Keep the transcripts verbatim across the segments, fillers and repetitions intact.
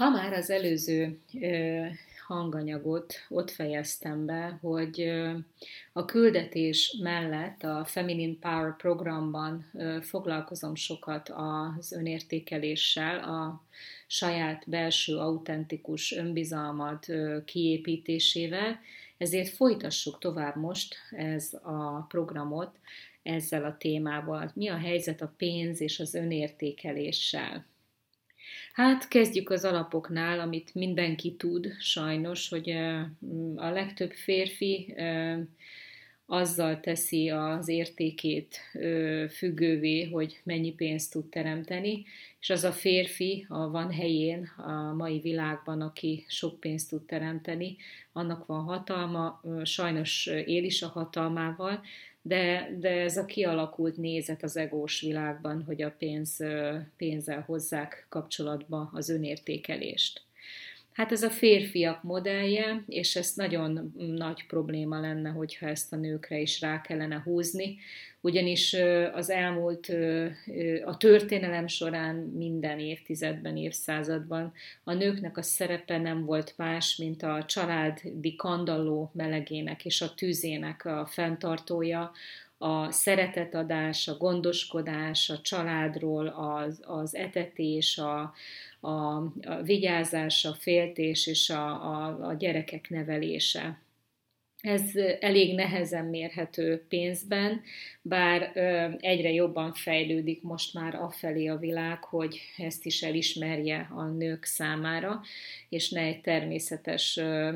Ha már az előző ö, hanganyagot ott fejeztem be, hogy ö, a küldetés mellett a Feminine Power programban ö, foglalkozom sokat az önértékeléssel, a saját belső autentikus önbizalmat ö, kiépítésével, ezért folytassuk tovább most ez a programot ezzel a témával. Mi a helyzet a pénz és az önértékeléssel? Hát kezdjük az alapoknál, amit mindenki tud, sajnos, hogy a legtöbb férfi azzal teszi az értékét függővé, hogy mennyi pénzt tud teremteni, és az a férfi a van helyén a mai világban, aki sok pénzt tud teremteni, annak van hatalma, sajnos él is a hatalmával, de, de ez a kialakult nézet az egós világban, hogy a pénz, pénzzel hozzák kapcsolatba az önértékelést. Hát ez a férfiak modellje, és ez nagyon nagy probléma lenne, hogyha ezt a nőkre is rá kellene húzni, ugyanis az elmúlt, a történelem során minden évtizedben, évszázadban a nőknek a szerepe nem volt más, mint a családi kandalló melegének és a tűzének a fenntartója, a szeretetadás, a gondoskodás, a családról, az, az etetés, a, a, a vigyázás, a féltés és a, a, a gyerekek nevelése. Ez elég nehezen mérhető pénzben, bár egyre jobban fejlődik most már afelé a világ, hogy ezt is elismerje a nők számára, és ne egy természetes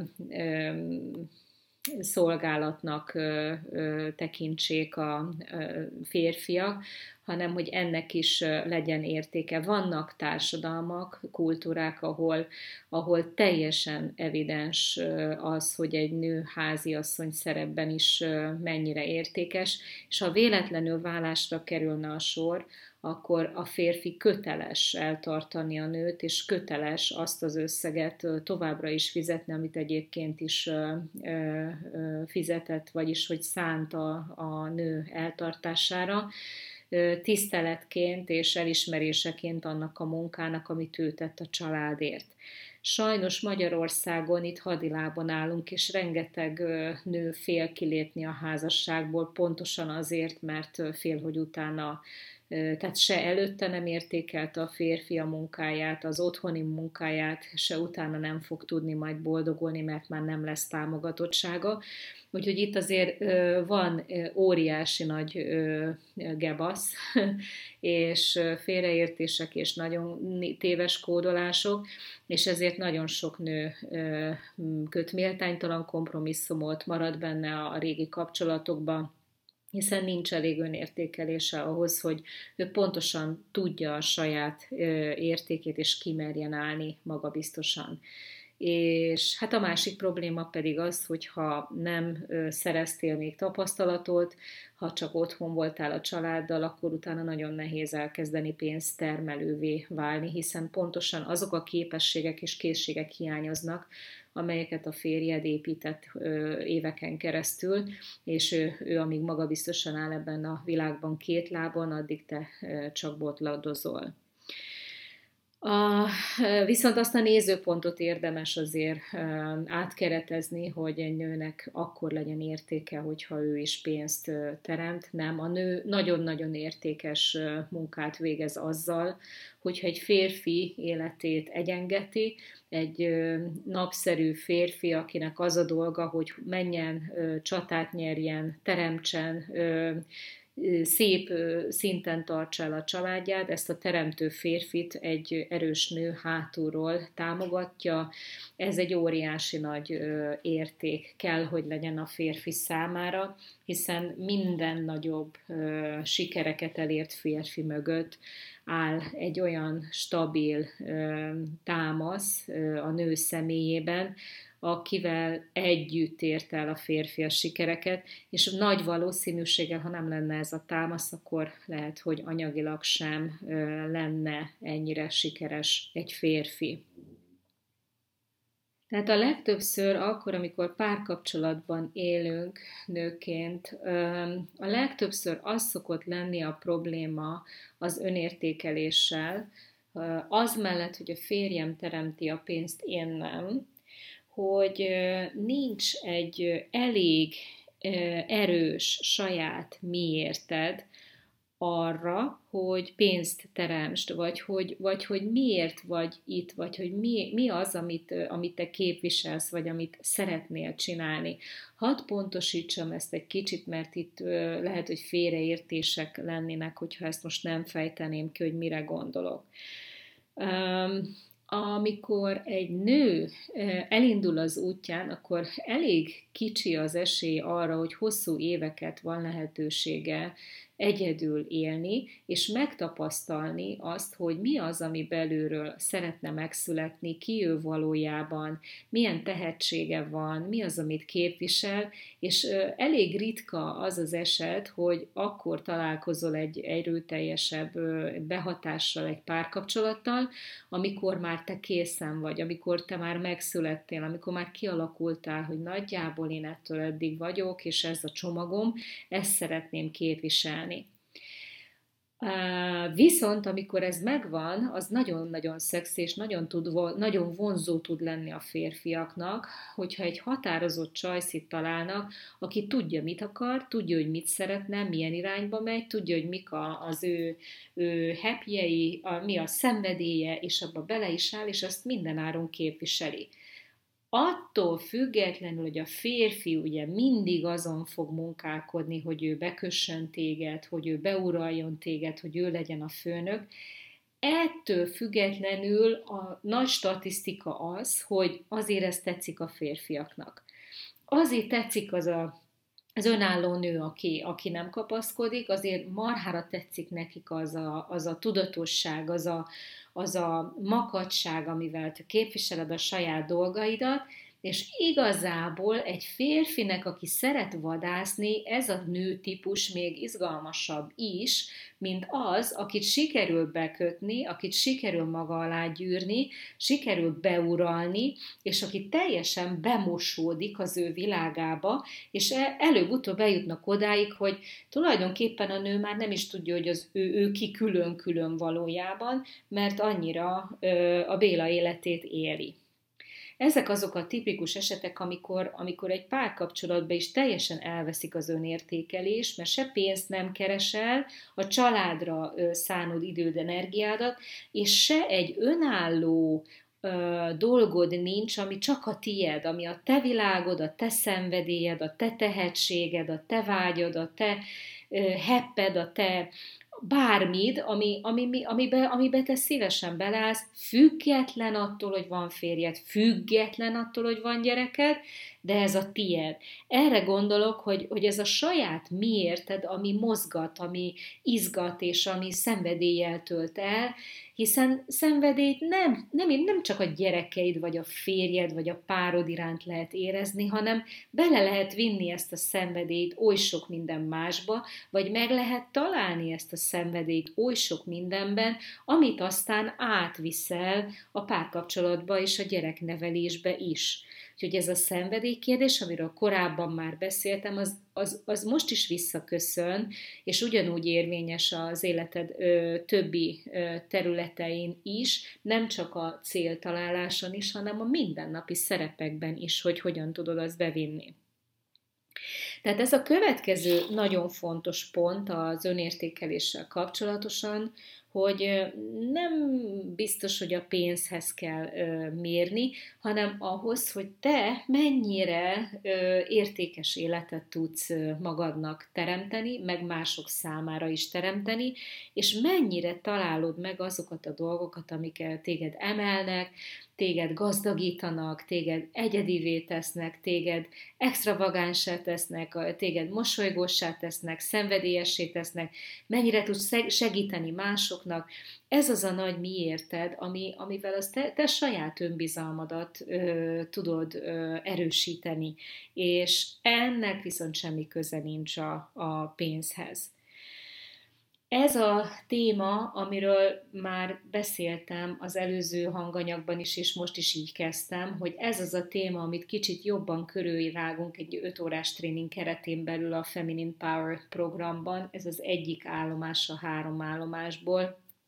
szolgálatnak tekintsék a férfiak, hanem hogy ennek is legyen értéke. Vannak társadalmak, kultúrák, ahol, ahol teljesen evidens az, hogy egy nő háziasszony szerepben is mennyire értékes, és ha véletlenül vállásra kerülne a sor, akkor a férfi köteles eltartani a nőt, és köteles azt az összeget továbbra is fizetni, amit egyébként is fizetett, vagyis hogy szánt a, a nő eltartására, tiszteletként és elismeréseként annak a munkának, amit ő tett a családért. Sajnos Magyarországon itt hadilában állunk, és rengeteg nő fél kilépni a házasságból, pontosan azért, mert fél, hogy utána, tehát se előtte nem értékelte a férfi a munkáját, az otthoni munkáját, se utána nem fog tudni majd boldogulni, mert már nem lesz támogatottsága. Úgyhogy itt azért van óriási nagy gebasz, és félreértések, és nagyon téves kódolások, és ezért nagyon sok nő köt méltánytalan kompromisszumot, marad benne a régi kapcsolatokban, hiszen nincs elég önértékelése ahhoz, hogy ő pontosan tudja a saját értékét, és kimerjen állni magabiztosan. És hát a másik probléma pedig az, hogy ha nem szereztél még tapasztalatot, ha csak otthon voltál a családdal, akkor utána nagyon nehéz elkezdeni pénztermelővé válni, hiszen pontosan azok a képességek és készségek hiányoznak, amelyeket a férjed épített éveken keresztül, és ő, ő amíg magabiztosan áll ebben a világban két lábon, addig te csak botladozol. A, viszont azt a nézőpontot érdemes azért átkeretezni, hogy egy nőnek akkor legyen értéke, hogyha ő is pénzt teremt. Nem, a nő nagyon-nagyon értékes munkát végez azzal, hogyha egy férfi életét egyengeti, egy napszerű férfi, akinek az a dolga, hogy menjen, csatát nyerjen, teremtsen, szép szinten tartsa el a családját, ezt a teremtő férfit egy erős nő hátulról támogatja. Ez egy óriási nagy érték kell, hogy legyen a férfi számára, hiszen minden nagyobb sikereket elért férfi mögött áll egy olyan stabil támasz a nő személyében, akivel együtt ért el a férfi a sikereket, és nagy valószínűséggel, ha nem lenne ez a támasz, akkor lehet, hogy anyagilag sem lenne ennyire sikeres egy férfi. Tehát a legtöbbször akkor, amikor párkapcsolatban élünk nőként, a legtöbbször az szokott lenni a probléma az önértékeléssel, az mellett, hogy a férjem teremti a pénzt, én nem, hogy nincs egy elég erős saját miérted arra, hogy pénzt teremtsd, vagy hogy, vagy hogy miért vagy itt, vagy hogy mi, mi az, amit, amit te képviselsz, vagy amit szeretnél csinálni. Hadd pontosítsam ezt egy kicsit, mert itt lehet, hogy félreértések lennének, hogyha ezt most nem fejteném ki, hogy mire gondolok. Um, amikor egy nő elindul az útján, akkor elég kicsi az esély arra, hogy hosszú éveket van lehetősége egyedül élni, és megtapasztalni azt, hogy mi az, ami belülről szeretne megszületni, ki ő valójában, milyen tehetsége van, mi az, amit képvisel, és elég ritka az az eset, hogy akkor találkozol egy erőteljesebb behatással, egy párkapcsolattal, amikor már te készen vagy, amikor te már megszülettél, amikor már kialakultál, hogy nagyjából én ettől eddig vagyok, és ez a csomagom, ezt szeretném képviselni. Viszont amikor ez megvan, az nagyon-nagyon szexi és nagyon, tud, nagyon vonzó tud lenni a férfiaknak, hogyha egy határozott csajszit találnak, aki tudja, mit akar, tudja, hogy mit szeretne, milyen irányba megy, tudja, hogy mik az ő, ő happyjei, mi a szenvedélye, és abba bele is áll, és azt mindenáron képviseli. Attól függetlenül, hogy a férfi ugye mindig azon fog munkálkodni, hogy ő bekössön téged, hogy ő beuraljon téged, hogy ő legyen a főnök, ettől függetlenül a nagy statisztika az, hogy azért ez tetszik a férfiaknak. Azért tetszik az a az önálló nő, aki, aki nem kapaszkodik, azért marhára tetszik nekik az a, az a tudatosság, az a, az a makacság, amivel te képviseled a saját dolgaidat, és igazából egy férfinek, aki szeret vadászni, ez a nőtípus még izgalmasabb is, mint az, akit sikerül bekötni, akit sikerül maga alá gyűrni, sikerül beuralni, és aki teljesen bemosódik az ő világába, és előbb-utóbb eljutnak odáig, hogy tulajdonképpen a nő már nem is tudja, hogy az ő, ő ki külön-külön valójában, mert annyira ö, a Béla életét éli. Ezek azok a tipikus esetek, amikor, amikor egy párkapcsolatban is teljesen elveszik az önértékelés, mert se pénzt nem keresel, a családra szánod időd, energiádat, és se egy önálló ö, dolgod nincs, ami csak a tied, ami a te világod, a te szenvedélyed, a te tehetséged, a te vágyod, a te ö, hepped, a te bármid, ami, ami, amiben, amiben te szívesen beleállsz, független attól, hogy van férjed, független attól, hogy van gyereked, de ez a tied. Erre gondolok, hogy, hogy ez a saját miérted, ami mozgat, ami izgat, és ami szenvedéllyel tölt el, hiszen szenvedélyt nem, nem, nem csak a gyerekeid, vagy a férjed, vagy a párod iránt lehet érezni, hanem bele lehet vinni ezt a szenvedélyt oly sok minden másba, vagy meg lehet találni ezt a szenvedélyt oly sok mindenben, amit aztán átviszel a párkapcsolatba és a gyereknevelésbe is. Úgyhogy ez a szenvedélykérdés, amiről korábban már beszéltem, az, az, az most is visszaköszön, és ugyanúgy érvényes az életed ö, többi ö, területein is, nem csak a céltaláláson is, hanem a mindennapi szerepekben is, hogy hogyan tudod azt bevinni. Tehát ez a következő nagyon fontos pont az önértékeléssel kapcsolatosan, hogy nem biztos, hogy a pénzhez kell mérni, hanem ahhoz, hogy te mennyire értékes életet tudsz magadnak teremteni, meg mások számára is teremteni, és mennyire találod meg azokat a dolgokat, amik téged emelnek, téged gazdagítanak, téged egyedivé tesznek, téged extravagánsá tesznek, téged mosolygósá tesznek, szenvedélyessé tesznek, mennyire tudsz segíteni másoknak. Ez az a nagy miérted, ami, amivel az te, te saját önbizalmadat ö, tudod ö, erősíteni, és ennek viszont semmi köze nincs a, a pénzhez. Ez a téma, amiről már beszéltem az előző hanganyagban is, és most is így kezdtem, hogy ez az a téma, amit kicsit jobban körülrágunk egy öt órás tréning keretén belül a Feminine Power programban. Ez az egyik állomás a három állomásból.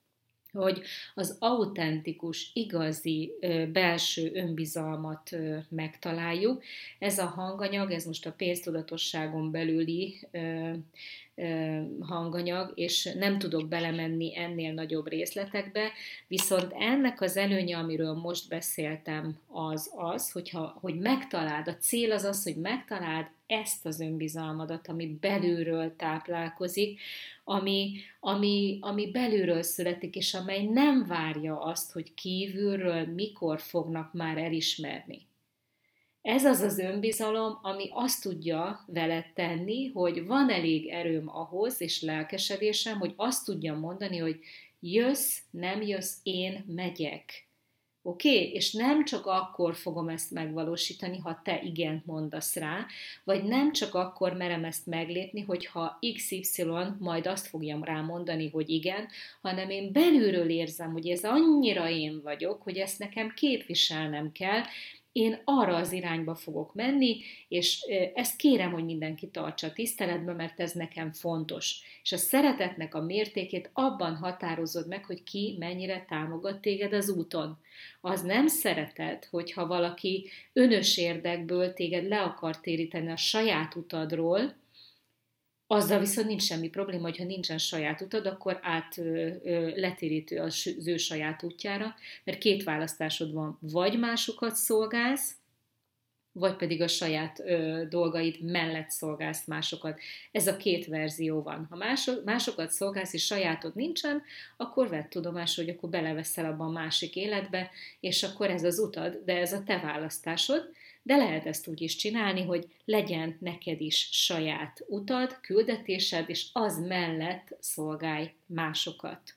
hogy az autentikus, igazi belső önbizalmat megtaláljuk. Ez a hanganyag, ez most a pénztudatosságon belüli hanganyag, és nem tudok belemenni ennél nagyobb részletekbe, viszont ennek az előnye, amiről most beszéltem, az az, hogyha, hogy megtaláld, a cél az az, hogy megtaláld ezt az önbizalmadat, ami belülről táplálkozik, ami, ami, ami belülről születik, és amely nem várja azt, hogy kívülről mikor fognak már elismerni. Ez az az önbizalom, ami azt tudja veled tenni, hogy van elég erőm ahhoz, és lelkesedésem, hogy azt tudjam mondani, hogy jössz, nem jössz, én megyek. Oké? Okay? És nem csak akkor fogom ezt megvalósítani, ha te igent mondasz rá, vagy nem csak akkor merem ezt meglépni, hogyha iksz ipszilon majd azt fogjam rá mondani, hogy igen, hanem én belülről érzem, hogy ez annyira én vagyok, hogy ezt nekem képviselnem kell, én arra az irányba fogok menni, és ezt kérem, hogy mindenki tartsa tiszteletben, mert ez nekem fontos. És a szeretetnek a mértékét abban határozod meg, hogy ki mennyire támogat téged az úton. Az nem szeretet, hogyha valaki önös érdekből téged le akar téríteni a saját utadról, azzal viszont nincs semmi probléma, hogyha nincsen saját utad, akkor át ö, ö, letérítő az ő saját útjára, mert két választásod van, vagy másokat szolgálsz, vagy pedig a saját ö, dolgaid mellett szolgálsz másokat. Ez a két verzió van. Ha mások, másokat szolgálsz, és sajátod nincsen, akkor vedd tudomásul, hogy akkor beleveszel abba a másik életbe, és akkor ez az utad, de ez a te választásod. De lehet ezt úgy is csinálni, hogy legyen neked is saját utad, küldetésed, és az mellett szolgálj másokat.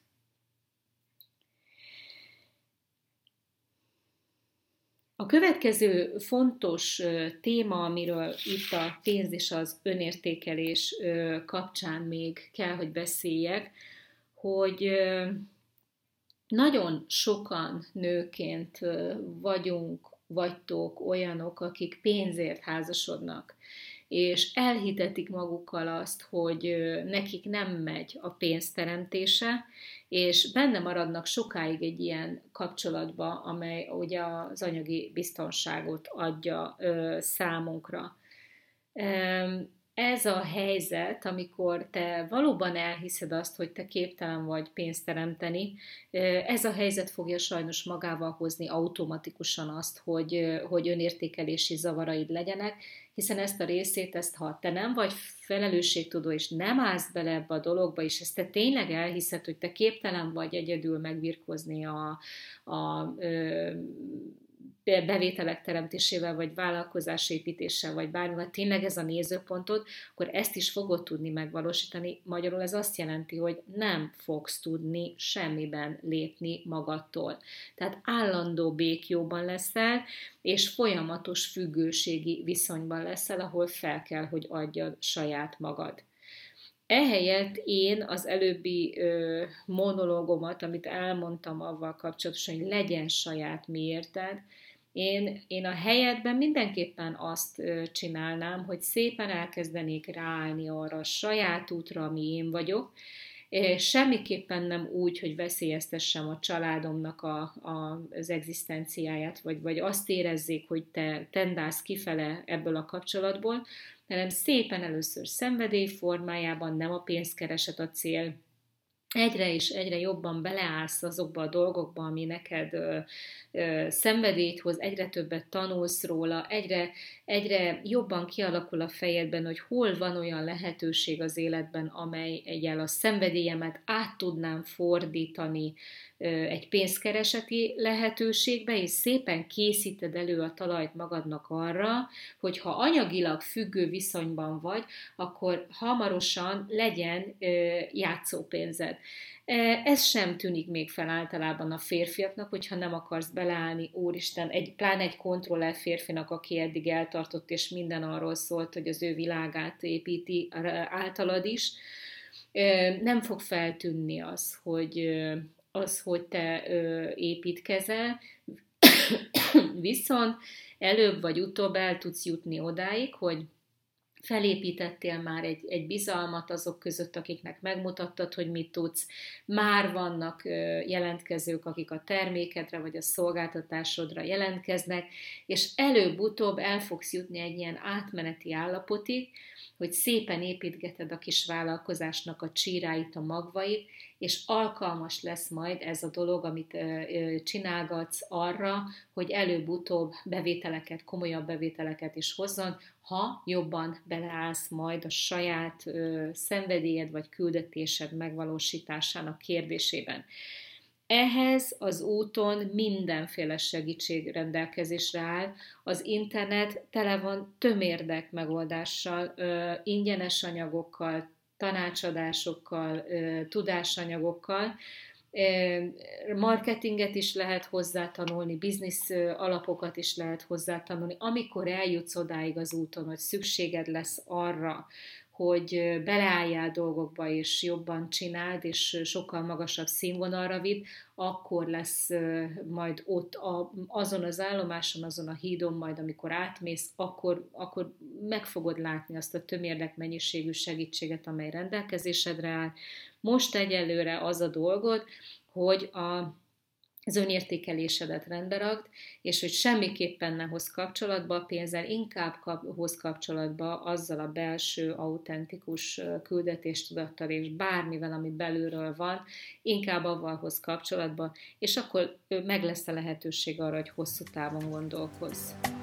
A következő fontos téma, amiről itt a pénz és az önértékelés kapcsán még kell, hogy beszéljek, hogy nagyon sokan nőként vagyunk, vagytok olyanok, akik pénzért házasodnak, és elhitetik magukkal azt, hogy nekik nem megy a pénzteremtése, és benne maradnak sokáig egy ilyen kapcsolatba, amely ugye az anyagi biztonságot adja számunkra. Ez a helyzet, amikor te valóban elhiszed azt, hogy te képtelen vagy pénzt teremteni, ez a helyzet fogja sajnos magával hozni automatikusan azt, hogy, hogy önértékelési zavaraid legyenek, hiszen ezt a részét, ezt ha te nem vagy felelősségtudó, és nem állsz bele ebbe a dologba, és ezt te tényleg elhiszed, hogy te képtelen vagy egyedül megbirkózni a, a, a bevételek teremtésével, vagy vállalkozásépítéssel, vagy bármivel, tényleg ez a nézőpontod, akkor ezt is fogod tudni megvalósítani. Magyarul ez azt jelenti, hogy nem fogsz tudni semmiben lépni magadtól. Tehát állandó békjóban leszel, és folyamatos függőségi viszonyban leszel, ahol fel kell, hogy adjad saját magad. Ehelyett én az előbbi ö, monológomat, amit elmondtam avval kapcsolatosan, hogy legyen saját miérted, én, én a helyedben mindenképpen azt ö, csinálnám, hogy szépen elkezdenék ráállni arra a saját útra, ami én vagyok, semmiképpen nem úgy, hogy veszélyeztessem a családomnak a, a, az egzisztenciáját, vagy, vagy azt érezzék, hogy te tendálsz kifele ebből a kapcsolatból, hanem szépen először szenvedély formájában, nem a pénzkereset a cél, egyre és egyre jobban beleállsz azokba a dolgokba, ami neked ö, ö, szenvedélyt hoz, egyre többet tanulsz róla, egyre, egyre jobban kialakul a fejedben, hogy hol van olyan lehetőség az életben, amely egyel a szenvedélyemet át tudnám fordítani ö, egy pénzkereseti lehetőségbe, és szépen készíted elő a talajt magadnak arra, hogy ha anyagilag függő viszonyban vagy, akkor hamarosan legyen ö, játszópénzed. Ez sem tűnik még fel általában a férfiaknak, hogyha nem akarsz beleállni, úristen, egy, pláne egy kontroller férfinak, aki eddig eltartott, és minden arról szólt, hogy az ő világát építi általad is, nem fog feltűnni az, hogy, az, hogy te építkezel, viszont előbb vagy utóbb el tudsz jutni odáig, hogy felépítettél már egy, egy bizalmat azok között, akiknek megmutattad, hogy mit tudsz. Már vannak jelentkezők, akik a termékedre vagy a szolgáltatásodra jelentkeznek, és előbb-utóbb el fogsz jutni egy ilyen átmeneti állapotig, hogy szépen építgeted a kis vállalkozásnak a csíráit, a magvait, és alkalmas lesz majd ez a dolog, amit csinálgatsz arra, hogy előbb-utóbb bevételeket, komolyabb bevételeket is hozzon, ha jobban beleállsz majd a saját ö, szenvedélyed vagy küldetésed megvalósításának kérdésében. Ehhez az úton mindenféle segítség rendelkezésre áll. Az internet tele van tömérdek megoldással, ö, ingyenes anyagokkal, tanácsadásokkal, ö, tudásanyagokkal. Marketinget is lehet hozzátanulni, biznisz alapokat is lehet hozzátanulni. Amikor eljutsz odáig az úton, hogy szükséged lesz arra, hogy beleálljál dolgokba, és jobban csináld, és sokkal magasabb színvonalra vidd, akkor lesz majd ott azon az állomáson, azon a hídon majd, amikor átmész, akkor, akkor meg fogod látni azt a tömérdek mennyiségű segítséget, amely rendelkezésedre áll. Most egyelőre az a dolgod, hogy a az önértékelésedet rendbe rakd, és hogy semmiképpen ne hozz kapcsolatba a pénzzel, inkább kap, hozz kapcsolatba azzal a belső, autentikus küldetéstudattal és bármivel, ami belülről van, inkább avval hozz kapcsolatba, és akkor meg lesz a lehetőség arra, hogy hosszú távon gondolkozz.